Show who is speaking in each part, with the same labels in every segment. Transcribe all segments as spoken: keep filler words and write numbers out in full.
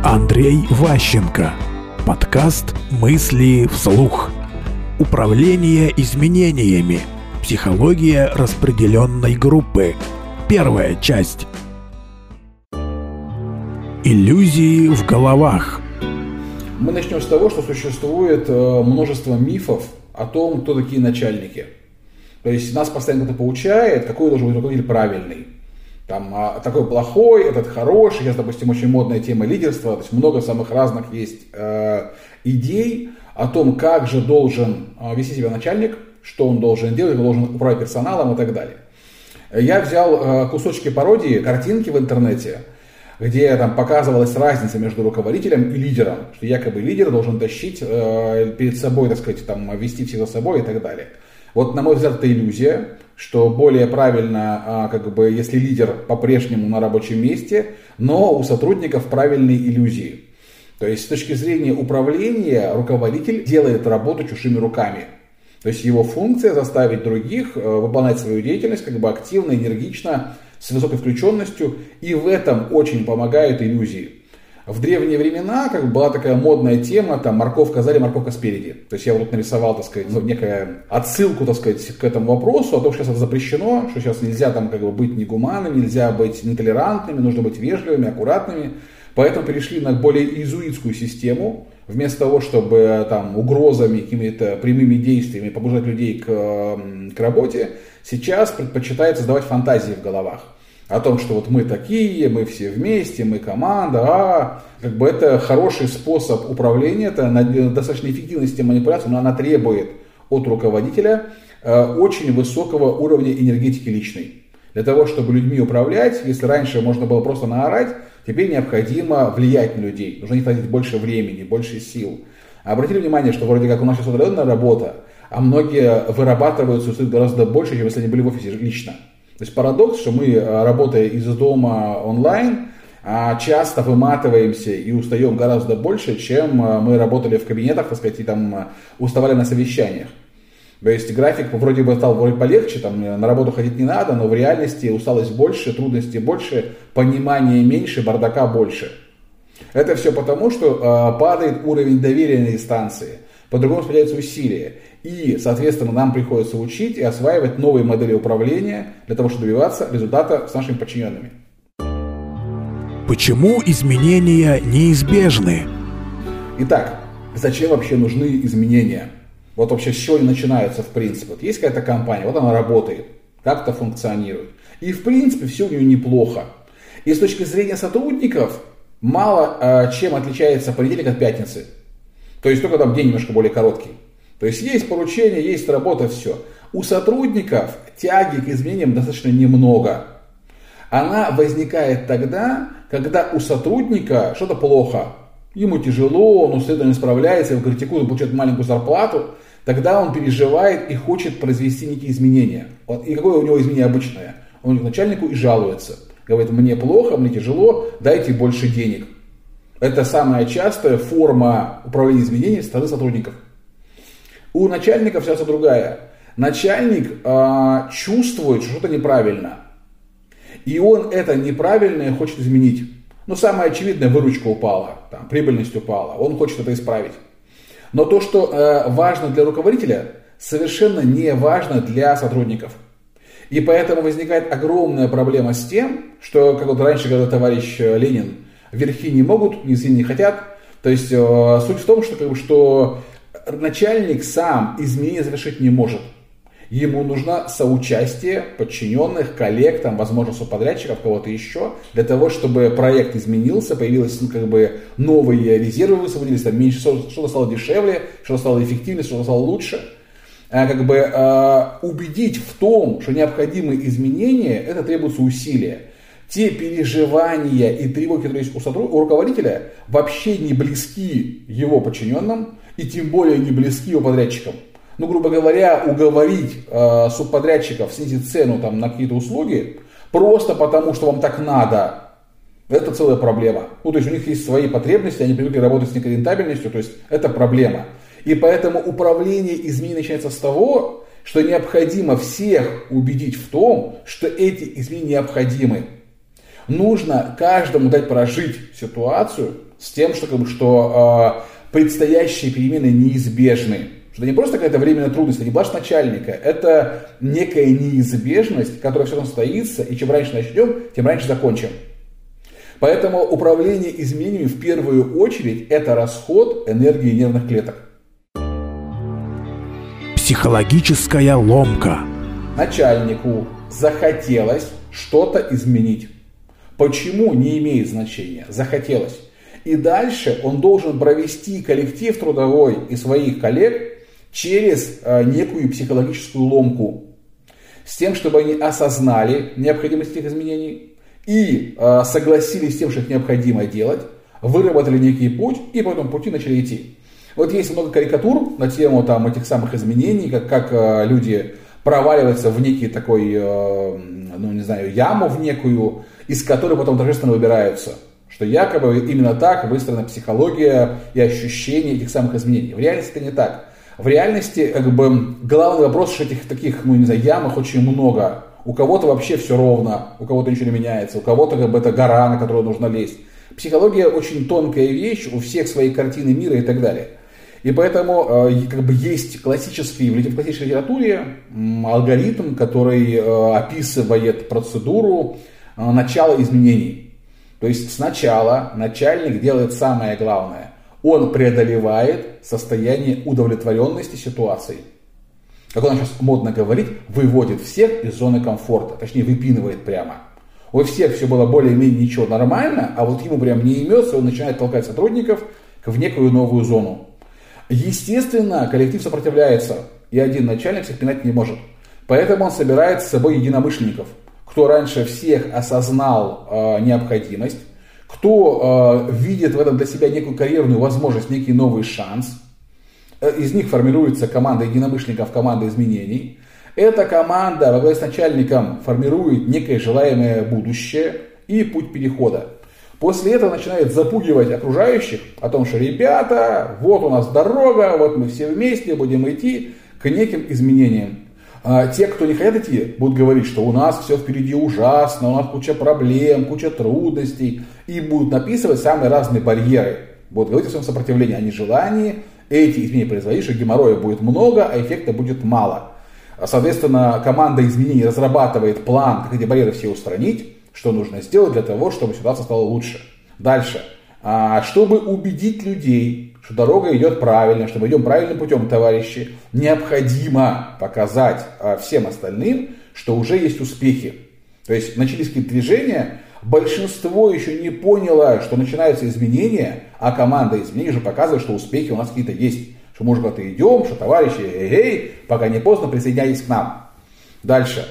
Speaker 1: Андрей Ващенко. Подкаст «Мысли вслух». Управление изменениями. Психология распределенной группы. Первая часть. Иллюзии в головах.
Speaker 2: Мы начнем с того, что существует множество мифов о том, кто такие начальники. То есть нас постоянно кто-то поучает, какой должен быть руководитель правильный. Там, а, такой плохой, этот хороший. Сейчас, допустим, очень модная тема лидерства. То есть много самых разных есть э, идей о том, как же должен э, вести себя начальник, что он должен делать, как он должен управлять персоналом и так далее. Я взял э, кусочки пародии, картинки в интернете, где там показывалась разница между руководителем и лидером, что якобы лидер должен тащить э, перед собой, так сказать, там, вести всех за собой и так далее. Вот, на мой взгляд, это иллюзия, что более правильно, а, как бы, если лидер по-прежнему на рабочем месте, но у сотрудников правильные иллюзии. То есть, с точки зрения управления, руководитель делает работу чужими руками. То есть, его функция заставить других э, выполнять свою деятельность как бы активно, энергично, с высокой включенностью, и в этом очень помогают иллюзии. В древние времена как бы была такая модная тема, там, морковка сзади, морковка спереди. То есть я вот нарисовал, так сказать, ну, некую отсылку, так сказать, к этому вопросу, о том, что сейчас это запрещено, что сейчас нельзя там как бы быть негуманными, нельзя быть нетолерантными, нужно быть вежливыми, аккуратными. Поэтому перешли на более иезуитскую систему. Вместо того, чтобы там угрозами, какими-то прямыми действиями побуждать людей к, к работе, сейчас предпочитают создавать фантазии в головах. О том, что вот мы такие, мы все вместе, мы команда, а как бы это хороший способ управления, это достаточно эффективная система манипуляции, но она требует от руководителя э, очень высокого уровня энергетики личной. Для того, чтобы людьми управлять, если раньше можно было просто наорать, теперь необходимо влиять на людей, нужно не тратить больше времени, больше сил. Обратите внимание, что вроде как у нас сейчас удаленная работа, а многие вырабатывают суицид гораздо больше, чем если они были в офисе лично. То есть парадокс, что мы, работая из дома онлайн, часто выматываемся и устаем гораздо больше, чем мы работали в кабинетах, так сказать, и там уставали на совещаниях. То есть график вроде бы стал вроде полегче, там на работу ходить не надо, но в реальности усталость больше, трудностей больше, понимания меньше, бардака больше. Это все потому, что падает уровень доверия на дистанции. По-другому распределяются усилия. И, соответственно, нам приходится учить и осваивать новые модели управления для того, чтобы добиваться результата с нашими подчиненными.
Speaker 1: Почему изменения неизбежны?
Speaker 2: Итак, зачем вообще нужны изменения? Вот вообще с чего они начинаются в принципе? Вот есть какая-то компания, вот она работает, как-то функционирует. И в принципе все у нее неплохо. И с точки зрения сотрудников мало э, чем отличается понедельник от пятницы. То есть только там день немножко более короткий. То есть есть поручение, есть работа, все. У сотрудников тяги к изменениям достаточно немного. Она возникает тогда, когда у сотрудника что-то плохо. Ему тяжело, он устает, он не справляется, его критикуют, он получает маленькую зарплату. Тогда он переживает и хочет произвести некие изменения. И какое у него изменение обычное? Он идет к начальнику и жалуется. Говорит, мне плохо, мне тяжело, дайте больше денег. Это самая частая форма управления изменениями со стороны сотрудников. У начальника ситуация другая. Начальник э, чувствует, что что-то неправильно. И он это неправильное хочет изменить. Но самое очевидное, выручка упала, там, прибыльность упала. Он хочет это исправить. Но то, что э, важно для руководителя, совершенно не важно для сотрудников. И поэтому возникает огромная проблема с тем, что, как вот раньше говорил товарищ Ленин, верхи не могут, низы не хотят. То есть э, суть в том, что, как бы, что начальник сам изменения завершить не может. Ему нужно соучастие подчиненных, коллег, там, возможно, субподрядчиков, кого-то еще, для того, чтобы проект изменился, появились, ну, как бы, новые резервы высвободились, там, меньше, что-то стало дешевле, что-то стало эффективнее, что-то стало лучше. А, как бы, э, убедить в том, что необходимы изменения, это требуется усилия. Те переживания и тревоги, которые есть у, сотруд... у руководителя, вообще не близки его подчиненным и тем более не близки его подрядчикам. Ну, грубо говоря, уговорить э, субподрядчиков снизить цену там, на какие-то услуги просто потому, что вам так надо, это целая проблема. Ну, то есть у них есть свои потребности, они привыкли работать с некой рентабельностью, то есть это проблема. И поэтому управление изменением начинается с того, что необходимо всех убедить в том, что эти изменения необходимы. Нужно каждому дать прожить ситуацию с тем, что, как бы, что э, предстоящие перемены неизбежны. Что это не просто какая-то временная трудность, это не блажь начальника, это некая неизбежность, которая все равно состоится, и чем раньше начнем, тем раньше закончим. Поэтому управление изменениями в первую очередь это расход энергии нервных клеток.
Speaker 1: Психологическая ломка.
Speaker 2: Начальнику захотелось что-то изменить. Почему, не имеет значения. Захотелось. И дальше он должен провести коллектив трудовой и своих коллег через э, некую психологическую ломку. С тем, чтобы они осознали необходимость этих изменений и э, согласились с тем, что их необходимо делать, выработали некий путь и по этому пути начали идти. Вот есть много карикатур на тему там, этих самых изменений, как, как э, люди проваливаются в некий такой, э, ну не знаю, яму в некую, из которой потом торжественно выбираются. Что якобы именно так выстроена психология и ощущение этих самых изменений. В реальности это не так. В реальности, как бы, главный вопрос, что этих таких, ну не знаю, ямах очень много. У кого-то вообще все ровно, у кого-то ничего не меняется, у кого-то как бы это гора, на которую нужно лезть. Психология очень тонкая вещь, у всех свои картины мира и так далее. И поэтому э, как бы есть классический, в классической литературе м, алгоритм, который э, описывает процедуру э, начала изменений. То есть сначала начальник делает самое главное. Он преодолевает состояние удовлетворенности ситуацией. Как он сейчас модно говорит, выводит всех из зоны комфорта. Точнее, выпинывает прямо. У всех все было более-менее ничего нормально, а вот ему прям не имется, он начинает толкать сотрудников в некую новую зону. Естественно, коллектив сопротивляется, и один начальник всех пинать не может. Поэтому он собирает с собой единомышленников. Кто раньше всех осознал э, необходимость, кто э, видит в этом для себя некую карьерную возможность, некий новый шанс. Из них формируется команда единомышленников, команда изменений. Эта команда во главе с начальником формирует некое желаемое будущее и путь перехода. После этого начинает запугивать окружающих о том, что ребята, вот у нас дорога, вот мы все вместе будем идти к неким изменениям. А те, кто не хотят идти, будут говорить, что у нас все впереди ужасно, у нас куча проблем, куча трудностей. И будут написывать самые разные барьеры. Будут говорить о своем сопротивлении, о нежелании. Эти изменения производить, что геморроя будет много, а эффекта будет мало. Соответственно, команда изменений разрабатывает план, как эти барьеры все устранить, что нужно сделать для того, чтобы ситуация стала лучше. Дальше. Чтобы убедить людей, что дорога идет правильно, что мы идем правильным путем, товарищи, необходимо показать всем остальным, что уже есть успехи. То есть начались какие-то движения, большинство еще не поняло, что начинаются изменения, а команда изменений уже показывает, что успехи у нас какие-то есть. Что мы уже куда-то идем, что товарищи, эй-эй, пока не поздно, присоединяйтесь к нам. Дальше.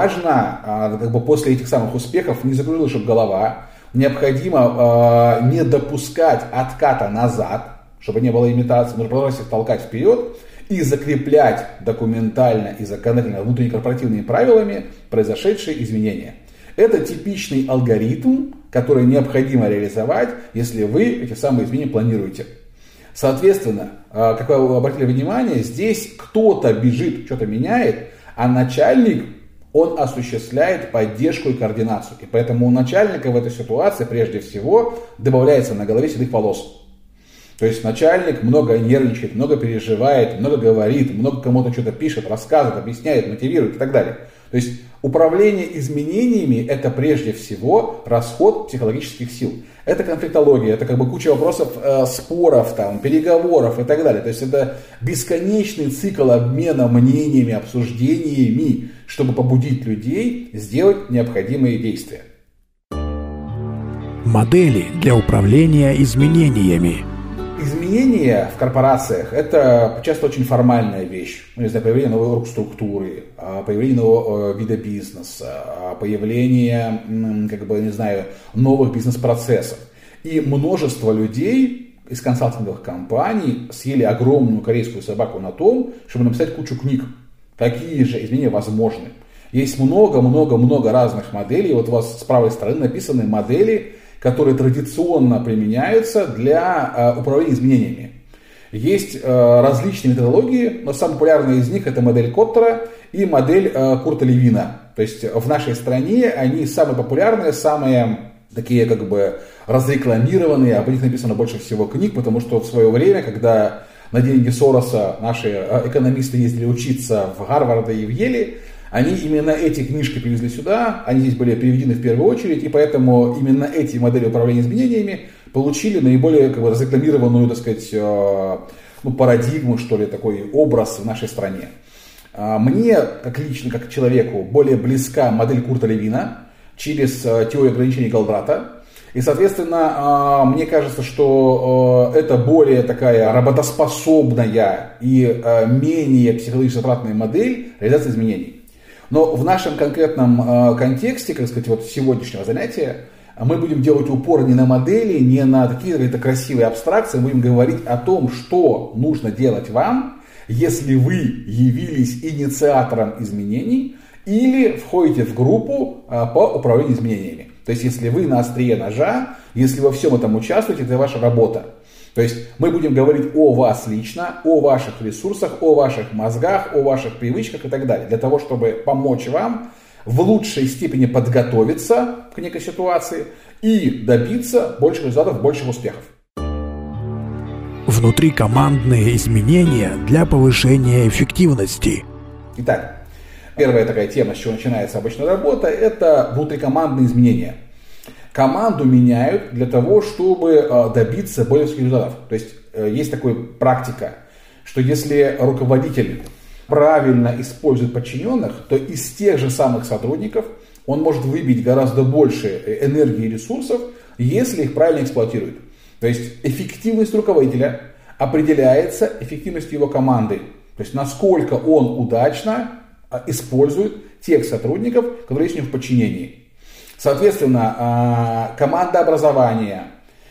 Speaker 2: Важно, как бы после этих самых успехов не закружилась чтобы голова. Необходимо э, не допускать отката назад, чтобы не было имитации. Нужно продолжать их толкать вперед и закреплять документально и законодательно внутреннекорпоративными правилами произошедшие изменения. Это типичный алгоритм, который необходимо реализовать, если вы эти самые изменения планируете. Соответственно, э, как вы обратили внимание, здесь кто-то бежит, что-то меняет, а начальник он осуществляет поддержку и координацию. И поэтому у начальника в этой ситуации прежде всего добавляется на голове седых волос. То есть начальник много нервничает, много переживает, много говорит, много кому-то что-то пишет, рассказывает, объясняет, мотивирует и так далее. То есть управление изменениями это прежде всего расход психологических сил. Это конфликтология, это как бы куча вопросов, э, споров, там, переговоров и так далее. То есть это бесконечный цикл обмена мнениями, обсуждениями, чтобы побудить людей сделать необходимые действия.
Speaker 1: Модели для управления изменениями.
Speaker 2: Изменения в корпорациях – это часто очень формальная вещь. Ну, не знаю, появление новой оргструктуры, появление нового вида бизнеса, появление, как бы, не знаю, новых бизнес-процессов. И множество людей из консалтинговых компаний съели огромную корейскую собаку на том, чтобы написать кучу книг. Какие же изменения возможны? Есть много-много-много разных моделей. Вот у вас с правой стороны написаны модели, которые традиционно применяются для э, управления изменениями. Есть э, различные методологии, но самая популярная из них это модель Коттера и модель э, Курта Левина. То есть в нашей стране они самые популярные, самые такие как бы разрекламированные, об них написано больше всего книг, потому что в свое время, когда на деньги Сороса наши экономисты ездили учиться в Гарвард и в Йеле, они именно эти книжки привезли сюда, они здесь были переведены в первую очередь, и поэтому именно эти модели управления изменениями получили наиболее как бы разрекламированную, так сказать, ну, парадигму, что ли, такой образ в нашей стране. Мне, как лично, как человеку, более близка модель Курта Левина через теорию ограничений Голдрата. И, соответственно, мне кажется, что это более такая работоспособная и менее психологически затратная модель реализации изменений. Но в нашем конкретном контексте, как сказать, вот сегодняшнего занятия, мы будем делать упор не на модели, не на такие какие-то красивые абстракции, мы будем говорить о том, что нужно делать вам, если вы явились инициатором изменений или входите в группу по управлению изменениями. То есть, если вы на острие ножа, если во всем этом участвуете, это ваша работа. То есть, мы будем говорить о вас лично, о ваших ресурсах, о ваших мозгах, о ваших привычках и так далее. Для того, чтобы помочь вам в лучшей степени подготовиться к некой ситуации и добиться больших результатов, больших успехов.
Speaker 1: Внутрикомандные изменения для повышения эффективности.
Speaker 2: Итак, первая такая тема, с чего начинается обычная работа, это внутрикомандные изменения. Команду меняют для того, чтобы добиться более высоких результатов. То есть есть такая практика, что если руководитель правильно использует подчиненных, то из тех же самых сотрудников он может выбить гораздо больше энергии и ресурсов, если их правильно эксплуатирует. То есть эффективность руководителя определяется эффективностью его команды. То есть насколько он удачно использует тех сотрудников, которые есть у него в подчинении. Соответственно, командообразование,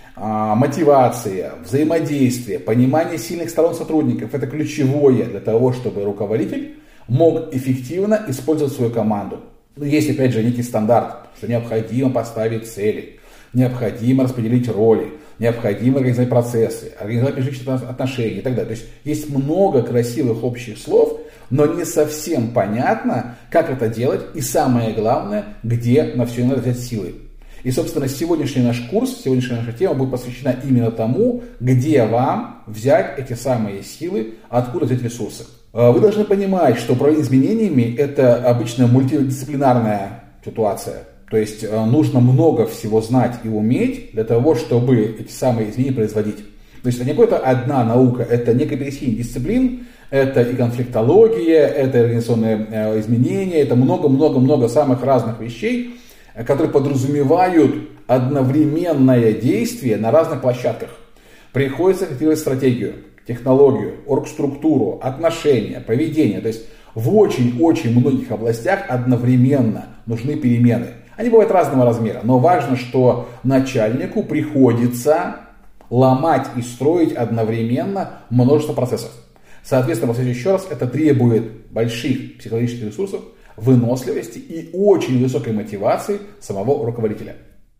Speaker 2: мотивация, взаимодействие, понимание сильных сторон сотрудников – это ключевое для того, чтобы руководитель мог эффективно использовать свою команду. Есть, опять же, некий стандарт, что необходимо поставить цели, необходимо распределить роли, необходимо организовать процессы, организовать межличные отношения и так далее. То есть есть много красивых общих слов, но не совсем понятно, как это делать и самое главное, где на все надо взять силы. И, собственно, сегодняшний наш курс, сегодняшняя наша тема будет посвящена именно тому, где вам взять эти самые силы, откуда взять ресурсы. Вы должны понимать, что управление изменениями – это обычно мультидисциплинарная ситуация. То есть нужно много всего знать и уметь для того, чтобы эти самые изменения производить. То есть это не какая-то одна наука, это некое пересечение дисциплин, это и конфликтология, это организационные изменения, это много-много-много самых разных вещей, которые подразумевают одновременное действие на разных площадках. Приходится корректировать стратегию, технологию, оргструктуру, отношения, поведение. То есть в очень-очень многих областях одновременно нужны перемены. Они бывают разного размера, но важно, что начальнику приходится ломать и строить одновременно множество процессов. Соответственно, повторюсь еще раз, это требует больших психологических ресурсов, выносливости и очень высокой мотивации самого руководителя.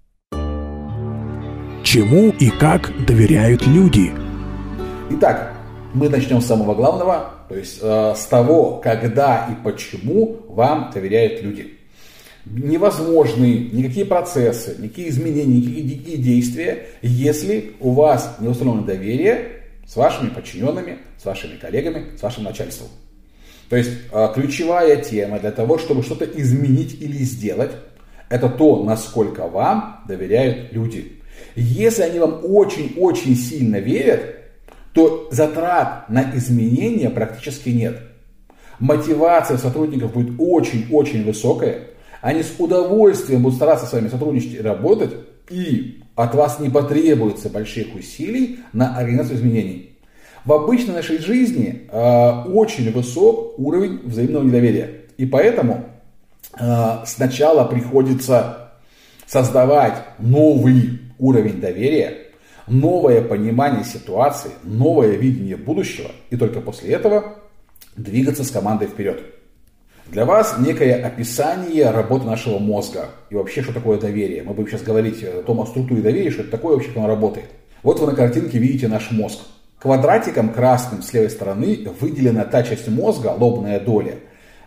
Speaker 1: Чему и как доверяют люди?
Speaker 2: Итак, мы начнем с самого главного, то есть э, с того, когда и почему вам доверяют люди. Невозможны никакие процессы, никакие изменения, никакие, никакие действия, если у вас не установлено доверие с вашими подчиненными, с вашими коллегами, с вашим начальством. То есть ключевая тема для того, чтобы что-то изменить или сделать, это то, насколько вам доверяют люди. Если они вам очень-очень сильно верят, то затрат на изменения практически нет. Мотивация сотрудников будет очень-очень высокая. Они с удовольствием будут стараться с вами сотрудничать и работать, и от вас не потребуется больших усилий на организацию изменений. В обычной нашей жизни э, очень высок уровень взаимного недоверия. И поэтому э, сначала приходится создавать новый уровень доверия, новое понимание ситуации, новое видение будущего. И только после этого двигаться с командой вперед. Для вас некое описание работы нашего мозга. И вообще, что такое доверие. Мы будем сейчас говорить о том, о структуре доверия, что это такое вообще, как оно работает. Вот вы на картинке видите наш мозг. Квадратиком красным с левой стороны выделена та часть мозга, лобная доля,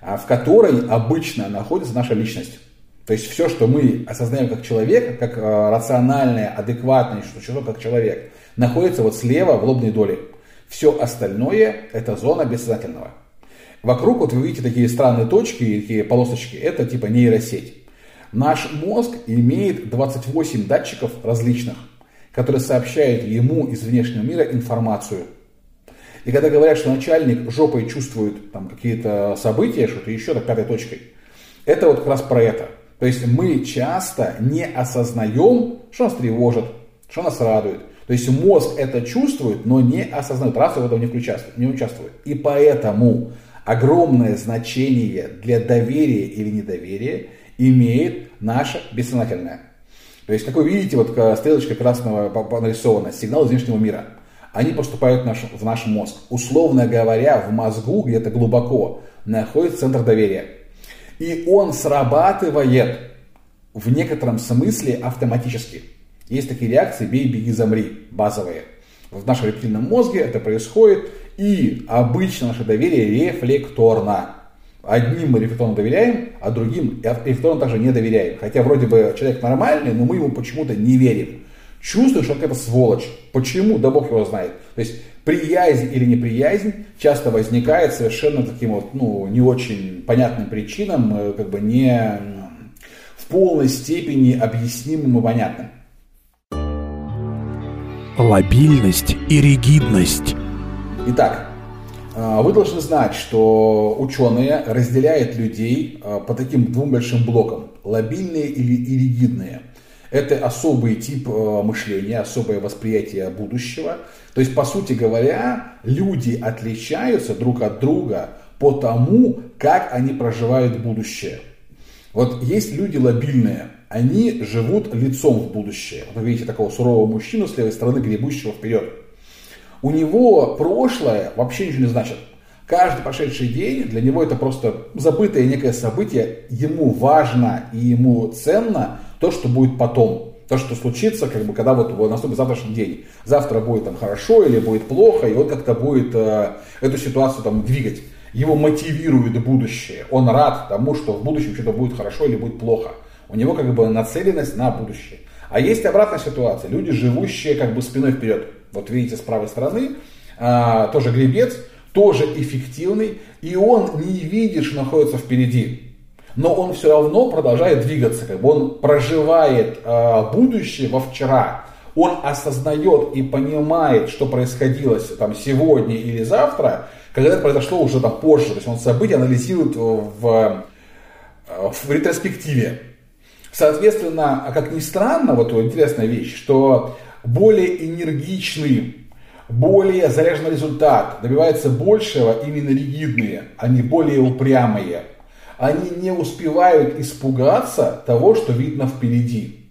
Speaker 2: в которой обычно находится наша личность. То есть все, что мы осознаем как человек, как рациональное, адекватное, что человек как человек, находится вот слева в лобной доле. Все остальное – это зона бессознательного. Вокруг, вот вы видите такие странные точки, такие полосочки, это типа нейросеть. Наш мозг имеет двадцать восемь датчиков различных, которые сообщают ему из внешнего мира информацию. И когда говорят, что начальник жопой чувствует там какие-то события, что-то еще, так пятой точкой, это вот как раз про это. То есть мы часто не осознаем, что нас тревожит, что нас радует. То есть мозг это чувствует, но не осознает, раз в этом не участвует, не участвует. И поэтому огромное значение для доверия или недоверия имеет наше бессознательное. То есть, как вы видите, вот стрелочка красного нарисована, сигнал из внешнего мира. Они поступают в наш, в наш мозг. Условно говоря, в мозгу где-то глубоко находится центр доверия. И он срабатывает в некотором смысле автоматически. Есть такие реакции «бей, беги, замри», базовые. В нашем рептильном мозге это происходит, и обычно наше доверие рефлекторно. Одним мы рефлекторно доверяем, а другим рефлекторно также не доверяем. Хотя вроде бы человек нормальный, но мы ему почему-то не верим. Чувствуешь, что это сволочь. Почему? Да бог его знает. То есть приязнь или неприязнь часто возникает совершенно таким вот, ну, не очень понятным причинам, как бы не в полной степени объяснимым и понятным.
Speaker 1: Лобильность и ригидность.
Speaker 2: Итак, вы должны знать, что ученые разделяют людей по таким двум большим блокам. Лобильные или ригидные. Это особый тип мышления, особое восприятие будущего. То есть, по сути говоря, люди отличаются друг от друга по тому, как они проживают будущее. Вот есть люди лобильные, они живут лицом в будущее. Вы видите такого сурового мужчину с левой стороны, гребущего вперед. У него прошлое вообще ничего не значит. Каждый прошедший день для него это просто забытое некое событие. Ему важно и ему ценно то, что будет потом. То, что случится, как бы, когда вот наступит завтрашний день. Завтра будет там хорошо или будет плохо, и он как-то будет э, эту ситуацию там двигать. Его мотивирует будущее. Он рад тому, что в будущем что-то будет хорошо или будет плохо. У него как бы нацеленность на будущее. А есть обратная ситуация. Люди, живущие как бы спиной вперед. Вот видите, с правой стороны а, тоже гребец, тоже эффективный. И он не видит, что находится впереди. Но он все равно продолжает двигаться. Как бы он проживает а, будущее во вчера. Он осознает и понимает, что происходило там, сегодня или завтра, когда это произошло уже там, позже. То есть он события анализирует в, в ретроспективе. Соответственно, как ни странно, вот интересная вещь, что более энергичный, более заряженный результат добивается большего именно ригидные, они более упрямые. Они не успевают испугаться того, что видно впереди.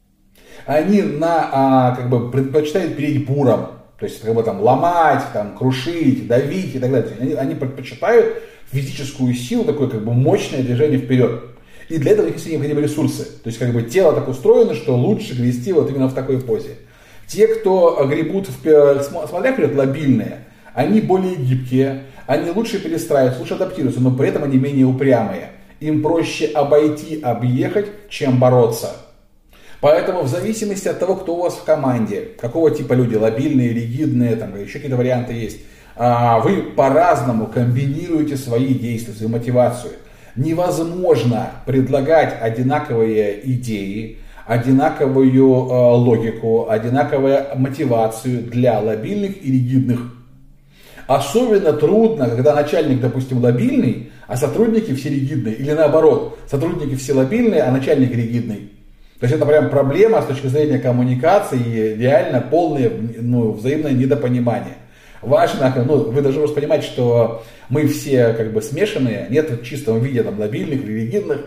Speaker 2: Они на, а, как бы предпочитают перейти буром, то есть как бы там ломать, там, крушить, давить и так далее. Они, они предпочитают физическую силу, такое как бы мощное движение вперед. И для этого есть необходимы ресурсы. То есть как бы тело так устроено, что лучше грести вот именно в такой позе. Те, кто гребут, вперед, смотря вперед, лобильные, они более гибкие, они лучше перестраиваются, лучше адаптируются, но при этом они менее упрямые. Им проще обойти, объехать, чем бороться. Поэтому в зависимости от того, кто у вас в команде, какого типа люди, лобильные, ригидные, там еще какие-то варианты есть, вы по-разному комбинируете свои действия, свою мотивацию. Невозможно предлагать одинаковые идеи, одинаковую э, логику, одинаковую мотивацию для лобильных и ригидных. Особенно трудно, когда начальник, допустим, лобильный, а сотрудники все ригидные. Или наоборот, сотрудники все лобильные, а начальник ригидный. То есть это прям проблема с точки зрения коммуникации и реально полное, ну, взаимное недопонимание. Важно, ну, вы должны просто понимать, что мы все как бы смешанные, нет в чистом виде там, лобильных или ригидных,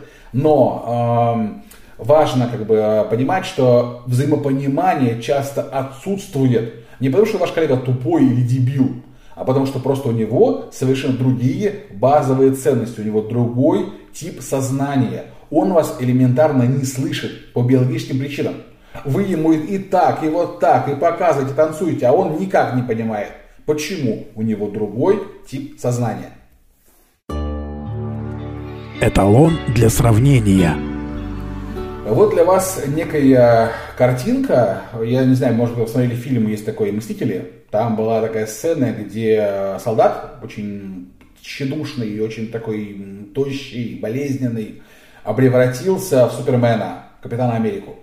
Speaker 2: но э, важно как бы понимать, что взаимопонимание часто отсутствует. Не потому, что ваш коллега тупой или дебил, а потому, что просто у него совершенно другие базовые ценности, у него другой тип сознания. Он вас элементарно не слышит по биологическим причинам. Вы ему и так, и вот так, и показываете, танцуете, а он никак не понимает. Почему? У него другой тип сознания.
Speaker 1: Эталон для сравнения.
Speaker 2: Вот для вас некая картинка, я не знаю, может быть, вы смотрели фильм, есть такой «Мстители», там была такая сцена, где солдат, очень тщедушный и очень такой тощий, болезненный, превратился в Супермена, Капитана Америку.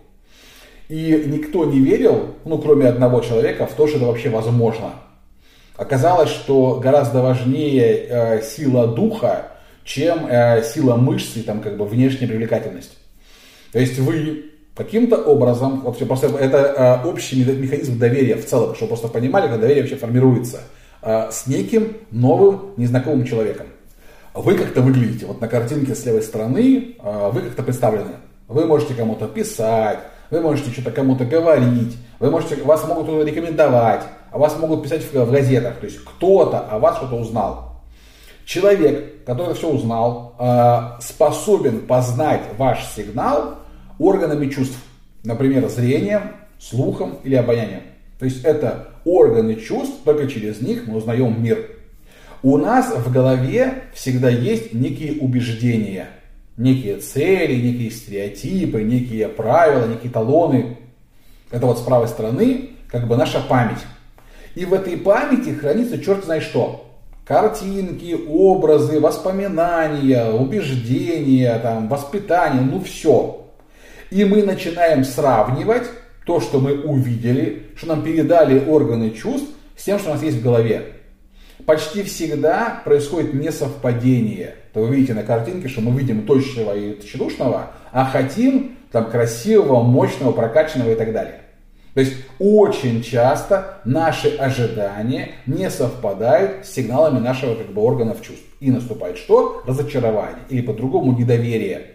Speaker 2: И никто не верил, ну кроме одного человека, в то, что это вообще возможно. Оказалось, что гораздо важнее э, сила духа, чем э, сила мышц и там, как бы, внешняя привлекательность. То есть вы каким-то образом, вот просто это э, общий механизм доверия в целом, чтобы просто понимали, как доверие вообще формируется э, с неким новым незнакомым человеком. Вы как-то выглядите, вот на картинке с левой стороны, э, вы как-то представлены. Вы можете кому-то писать, вы можете что-то кому-то говорить, вы можете, вас могут кто-то рекомендовать, а вас могут писать в, в газетах, то есть кто-то о вас что-то узнал. Человек, который все узнал, э, способен познать ваш сигнал органами чувств, например, зрением, слухом или обонянием. То есть это органы чувств, только через них мы узнаем мир. У нас в голове всегда есть некие убеждения, некие цели, некие стереотипы, некие правила, некие талоны. Это вот с правой стороны как бы наша память. И в этой памяти хранится черт знает что. Картинки, образы, воспоминания, убеждения, там, воспитание, ну все. И мы начинаем сравнивать то, что мы увидели, что нам передали органы чувств, с тем, что у нас есть в голове. Почти всегда происходит несовпадение. То вы видите на картинке, что мы видим тощего и тщедушного, а хотим там, красивого, мощного, прокачанного и так далее. То есть очень часто наши ожидания не совпадают с сигналами нашего как бы, органов чувств. И наступает что? Разочарование или по-другому недоверие.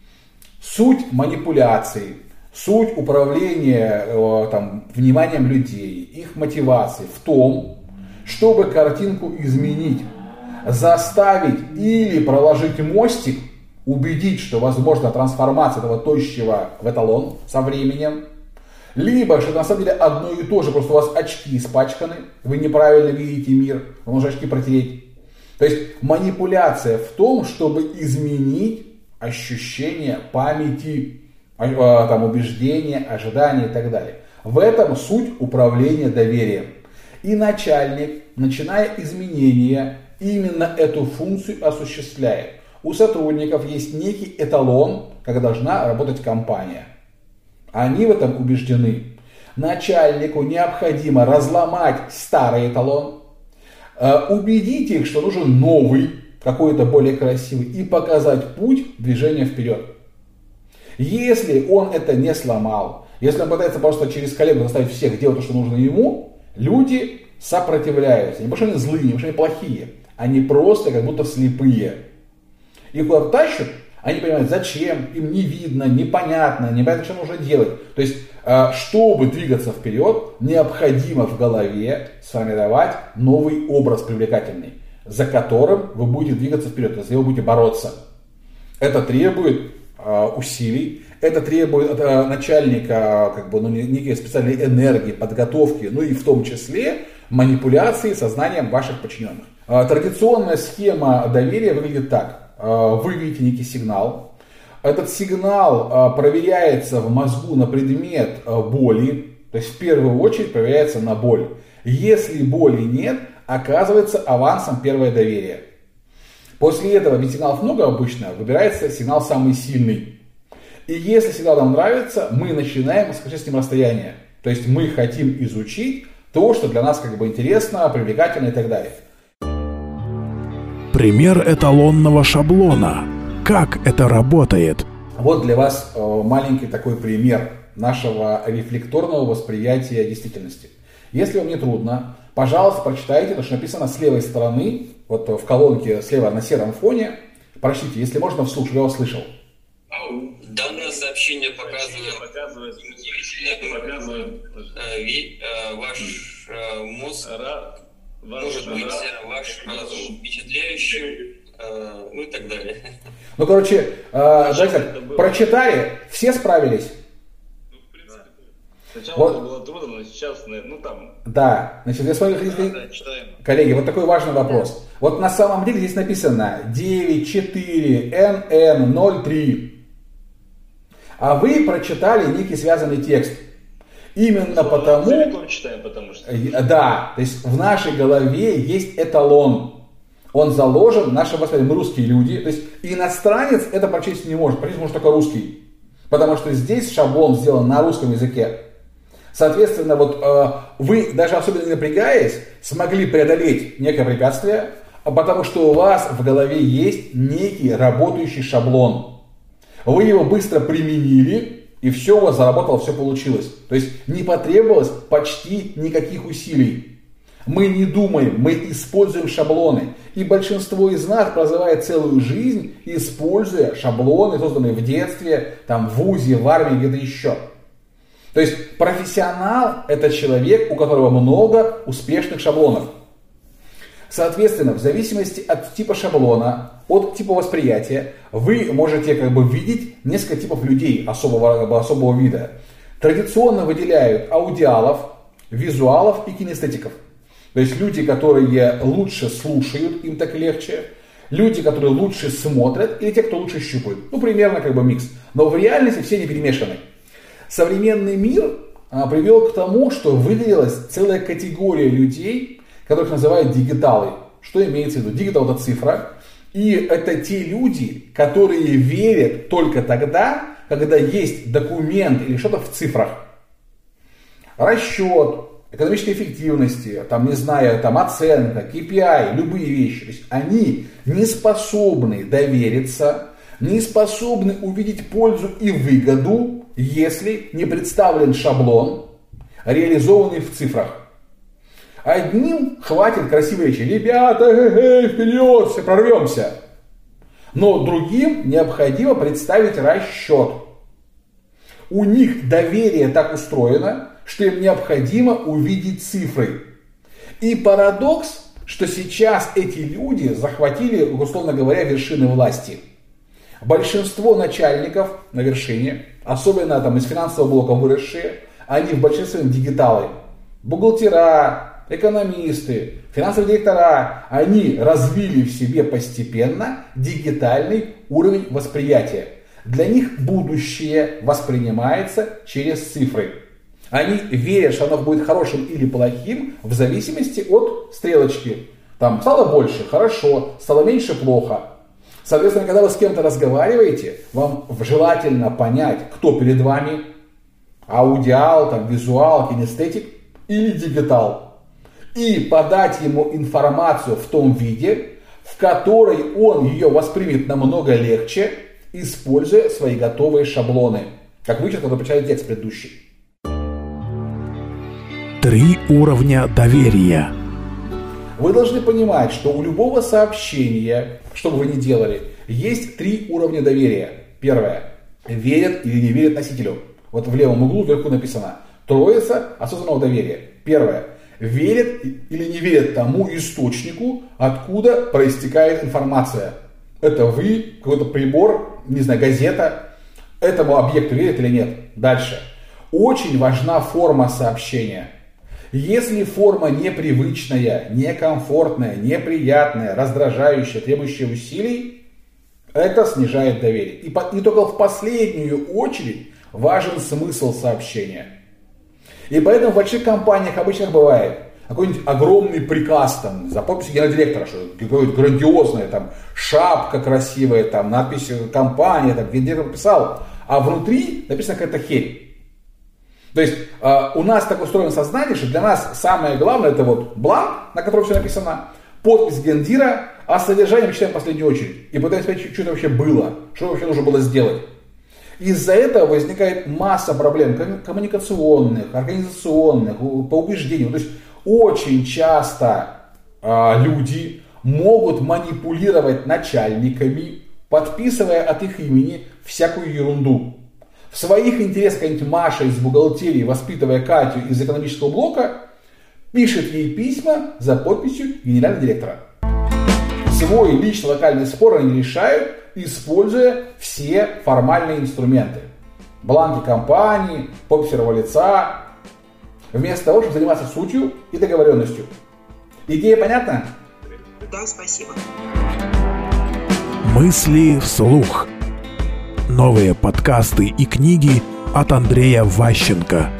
Speaker 2: Суть манипуляций, суть управления э, там, вниманием людей, их мотивации в том, чтобы картинку изменить, заставить или проложить мостик, убедить, что возможна трансформация этого тощего в эталон со временем, либо, что на самом деле одно и то же, просто у вас очки испачканы, вы неправильно видите мир, вы можете очки протереть. То есть манипуляция в том, чтобы изменить ощущение памяти, там, убеждения, ожидания и так далее. В этом суть управления доверием. И начальник, начиная изменения, именно эту функцию осуществляет. У сотрудников есть некий эталон, как должна работать компания. Они в этом убеждены. Начальнику необходимо разломать старый эталон, убедить их, что нужен новый, какой-то более красивый, и показать путь движения вперед. Если он это не сломал, если он пытается просто через коллегу заставить всех делать то, что нужно ему, люди сопротивляются. Не потому что они злые, не потому что они плохие, они просто как будто слепые. Их куда-то тащат, они понимают, зачем, им не видно, непонятно, не понятно, что нужно делать. То есть, чтобы двигаться вперед, необходимо в голове сформировать новый образ привлекательный, за которым вы будете двигаться вперед, за него будете бороться. Это требует э, усилий, это требует от э, начальника как бы, ну, некой специальной энергии, подготовки, ну и в том числе манипуляции сознанием ваших подчиненных. Э, традиционная схема доверия выглядит так. Э, вы видите некий сигнал. Этот сигнал э, проверяется в мозгу на предмет э, боли, то есть в первую очередь проверяется на боль. Если боли нет, оказывается авансом первое доверие. После этого, ведь сигналов много обычно, выбирается сигнал самый сильный. И если сигнал нам нравится, мы начинаем сокращать с ним расстояние. То есть мы хотим изучить то, что для нас как бы интересно, привлекательно и так далее.
Speaker 1: Пример эталонного шаблона. Как это работает?
Speaker 2: Вот для вас маленький такой пример нашего рефлекторного восприятия действительности. Если вам не трудно, пожалуйста, прочитайте то, что написано с левой стороны, вот в колонке слева на сером фоне. Прочтите, если можно, вслух, чтобы я вас слышал.
Speaker 3: Данное сообщение показывает, показывает, показывает э, ви, э, ваш э, мозг, может быть ваш разум впечатляющим, э, ну и так далее.
Speaker 2: Ну, короче, э, давайте так, прочитали, все справились?
Speaker 4: Сначала
Speaker 2: вот.
Speaker 4: это было трудно, но сейчас, ну там...
Speaker 2: Да, значит, я смотрю, да, да, коллеги, вот такой важный вопрос. Да. Вот на самом деле здесь написано девять четыре эн эн ноль три. А вы прочитали некий связанный текст. Именно
Speaker 4: что,
Speaker 2: потому...
Speaker 4: Целиком читаем, потому что...
Speaker 2: Да, то есть в нашей голове есть эталон. Он заложен в нашем восприятии. Мы русские люди. То есть иностранец это прочесть не может. Прочесть может только русский. Потому что здесь шаблон сделан на русском языке. Соответственно, вот э, вы, даже особенно не напрягаясь, смогли преодолеть некое препятствие, потому что у вас в голове есть некий работающий шаблон. Вы его быстро применили, и все у вас заработало, все получилось. То есть не потребовалось почти никаких усилий. Мы не думаем, мы используем шаблоны. И большинство из нас проживает целую жизнь, используя шаблоны, созданные в детстве, там, в вузе, в армии, где-то еще. То есть профессионал – это человек, у которого много успешных шаблонов. Соответственно, в зависимости от типа шаблона, от типа восприятия, вы можете как бы видеть несколько типов людей особого, особого вида. Традиционно выделяют аудиалов, визуалов и кинестетиков. То есть люди, которые лучше слушают, им так легче. Люди, которые лучше смотрят, или те, кто лучше щупают. Ну, примерно как бы микс. Но в реальности все не перемешаны. Современный мир а, привел к тому, что выделилась целая категория людей, которых называют дигиталы. Что имеется в виду? Дигитал – это цифра. И это те люди, которые верят только тогда, когда есть документ или что-то в цифрах. Расчет, экономической эффективности, там, не знаю, там, оценка, кей пи ай, любые вещи. То есть они не способны довериться, не способны увидеть пользу и выгоду, если не представлен шаблон, реализованный в цифрах. Одним хватит красивой речи. Ребята, эй, вперед, все прорвемся. Но другим необходимо представить расчет. У них доверие так устроено, что им необходимо увидеть цифры. И парадокс, что сейчас эти люди захватили, условно говоря, вершины власти. Большинство начальников на вершине, особенно там из финансового блока выросшие, они в большинстве дигиталы. Бухгалтера, экономисты, финансовые директора, они развили в себе постепенно дигитальный уровень восприятия. Для них будущее воспринимается через цифры. Они верят, что оно будет хорошим или плохим в зависимости от стрелочки. Там стало больше, хорошо, стало меньше, плохо. Соответственно, когда вы с кем-то разговариваете, вам желательно понять, кто перед вами. Аудиал, там, визуал, кинестетик или дигитал. И подать ему информацию в том виде, в которой он ее воспримет намного легче, используя свои готовые шаблоны. Как вы сейчас, когда прочитали текст предыдущий.
Speaker 1: Три уровня доверия.
Speaker 2: Вы должны понимать, что у любого сообщения, что бы вы ни делали, есть три уровня доверия. Первое. Верят или не верят носителю. Вот в левом углу вверху написано. Троица осознанного доверия. Первое. Верят или не верят тому источнику, откуда проистекает информация. Это вы, какой-то прибор, не знаю, газета. Этому объекту верят или нет. Дальше. Очень важна форма сообщения. Если форма непривычная, некомфортная, неприятная, раздражающая, требующая усилий, это снижает доверие. И, по, и только в последнюю очередь важен смысл сообщения. И поэтому в больших компаниях обычно бывает какой-нибудь огромный приказ там, за подписью генерального директора, что какое-то грандиозное, там, шапка красивая, там, надпись компания, там, гендиректор подписал, а внутри написана какая-то херь. То есть э, у нас так устроено сознание, что для нас самое главное это вот бланк, на котором все написано, подпись гендира, а содержание мы читаем в последнюю очередь. И пытаемся понять, что это вообще было, что вообще нужно было сделать. Из-за этого возникает масса проблем коммуникационных, организационных, по убеждению. То есть очень часто э, люди могут манипулировать начальниками, подписывая от их имени всякую ерунду. В своих интересах какая-нибудь Маша из бухгалтерии, воспитывая Катю из экономического блока, пишет ей письма за подписью генерального директора. Свой личный локальный спор они решают, используя все формальные инструменты. Бланки компании, подпись первого лица, вместо того, чтобы заниматься сутью и договоренностью. Идея понятна?
Speaker 5: Да, спасибо.
Speaker 1: Мысли вслух. Новые подкасты и книги от Андрея Ващенко.